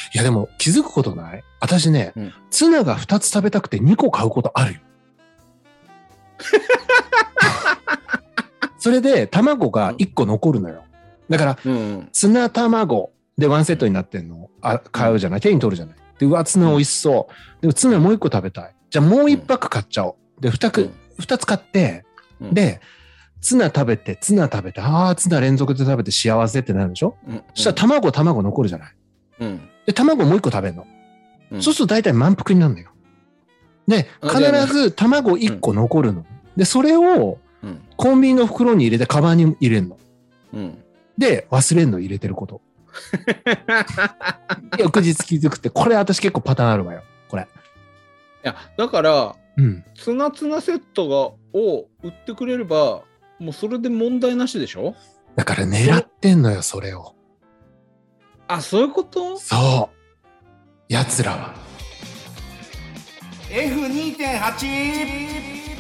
いやでも気づくことない？私ね、 うんツナが2つ食べたくて2個買うことあるよ。それで卵が1個残るのよ。だから、 うんツナ卵でワンセットになってんの買うじゃない、手に取るじゃない。で、うわ、ツナ美味しそう。でもツナもう1個食べたい。じゃあもう1パック買っちゃおう。で、2つ買って、で、ツナ食べて、ああ、ツナ連続で食べて幸せってなるでしょ。そしたら卵残るじゃない。で、卵もう1個食べるの。そうすると大体満腹になるのよ。で、必ず卵1個残るの。で、それをコンビニの袋に入れてカバンに入れるの。で、忘れんの入れてること。翌日気づくって、これ私結構パターンあるわよ。これ。いや、だから、ツナセットを売ってくれれば、もうそれで問題なしでしょ？ だから狙ってんのよ、それを。 あ、そういうこと？ そう。奴らは。 F2.8